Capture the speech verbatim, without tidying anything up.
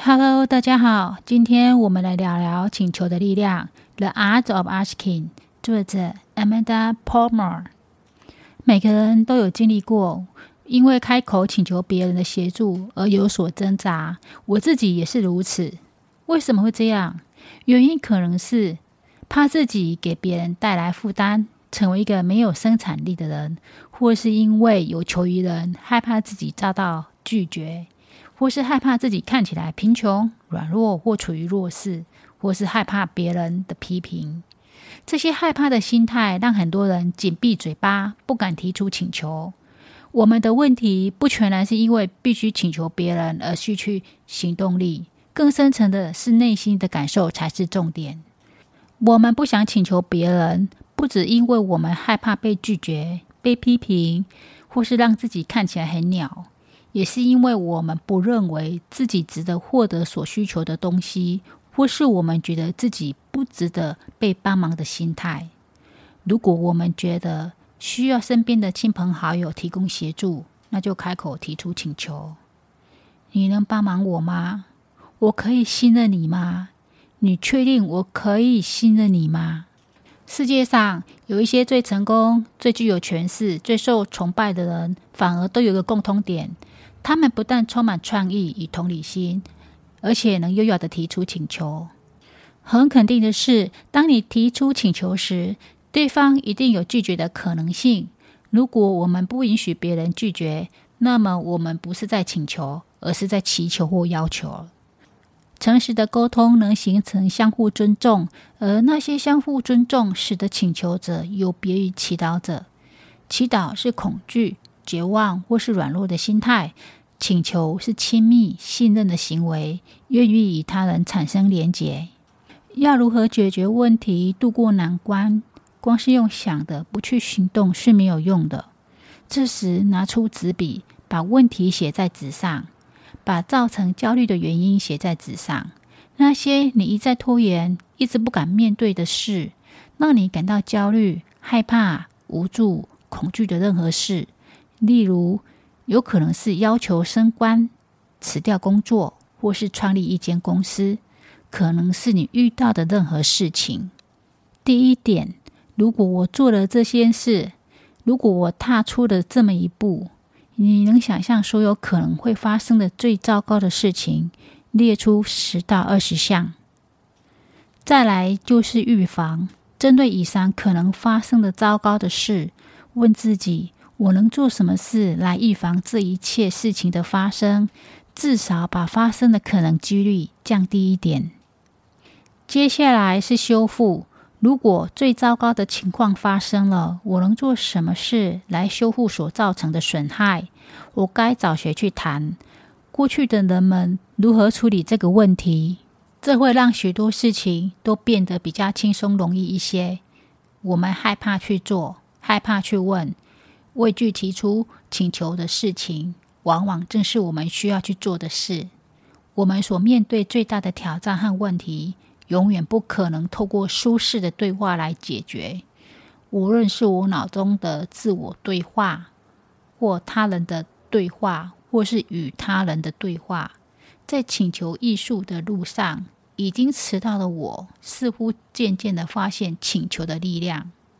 Hello， 大家好，今天我们来聊聊请求的力量 The Art of Asking， 作者 Amanda Palmer。 每个人都有经历过因为开口请求别人的协助而有所挣扎，我自己也是如此。为什么会这样？原因可能是怕自己给别人带来负担，成为一个没有生产力的人，或是因为有求于人，害怕自己遭到拒绝，或是害怕自己看起来贫穷、软弱或处于弱势，或是害怕别人的批评。这些害怕的心态让很多人紧闭嘴巴，不敢提出请求。我们的问题不全然是因为必须请求别人而失去行动力，更深层的是内心的感受才是重点。我们不想请求别人，不只因为我们害怕被拒绝、被批评，或是让自己看起来很鸟，也是因为我们不认为自己值得获得所需求的东西，或是我们觉得自己不值得被帮忙的心态。如果我们觉得需要身边的亲朋好友提供协助，那就开口提出请求。你能帮忙我吗？我可以信任你吗？你确定我可以信任你吗？世界上有一些最成功、最具有权势、最受崇拜的人，反而都有一个共通点，他们不但充满创意与同理心，而且能优雅地提出请求。很肯定的是，当你提出请求时，对方一定有拒绝的可能性。如果我们不允许别人拒绝，那么我们不是在请求，而是在祈求或要求。诚实的沟通能形成相互尊重，而那些相互尊重使得请求者有别于祈祷者。祈祷是恐惧、绝望或是软弱的心态，请求是亲密、信任的行为，愿意与他人产生连结。要如何解决问题、度过难关，光是用想的不去行动是没有用的。这时拿出纸笔，把问题写在纸上，把造成焦虑的原因写在纸上。那些你一再拖延、一直不敢面对的事，让你感到焦虑、害怕、无助、恐惧的任何事，例如有可能是要求升官、辞掉工作，或是创立一间公司，可能是你遇到的任何事情。第一点，如果我做了这些事，如果我踏出了这么一步，你能想象所有可能会发生的最糟糕的事情，列出十到二十项。再来就是预防，针对以上可能发生的糟糕的事，问自己，我能做什么事来预防这一切事情的发生，至少把发生的可能几率降低一点。接下来是修复，如果最糟糕的情况发生了，我能做什么事来修复所造成的损害？我该找谁去谈？过去的人们如何处理这个问题？这会让许多事情都变得比较轻松容易一些。我们害怕去做，害怕去问，畏惧提出请求的事情，往往正是我们需要去做的事。我们所面对最大的挑战和问题，永远不可能透过舒适的对话来解决。无论是我脑中的自我对话，或他人的对话，或是与他人的对话，在请求艺术的路上，已经迟到的我似乎渐渐地发现请求的力量。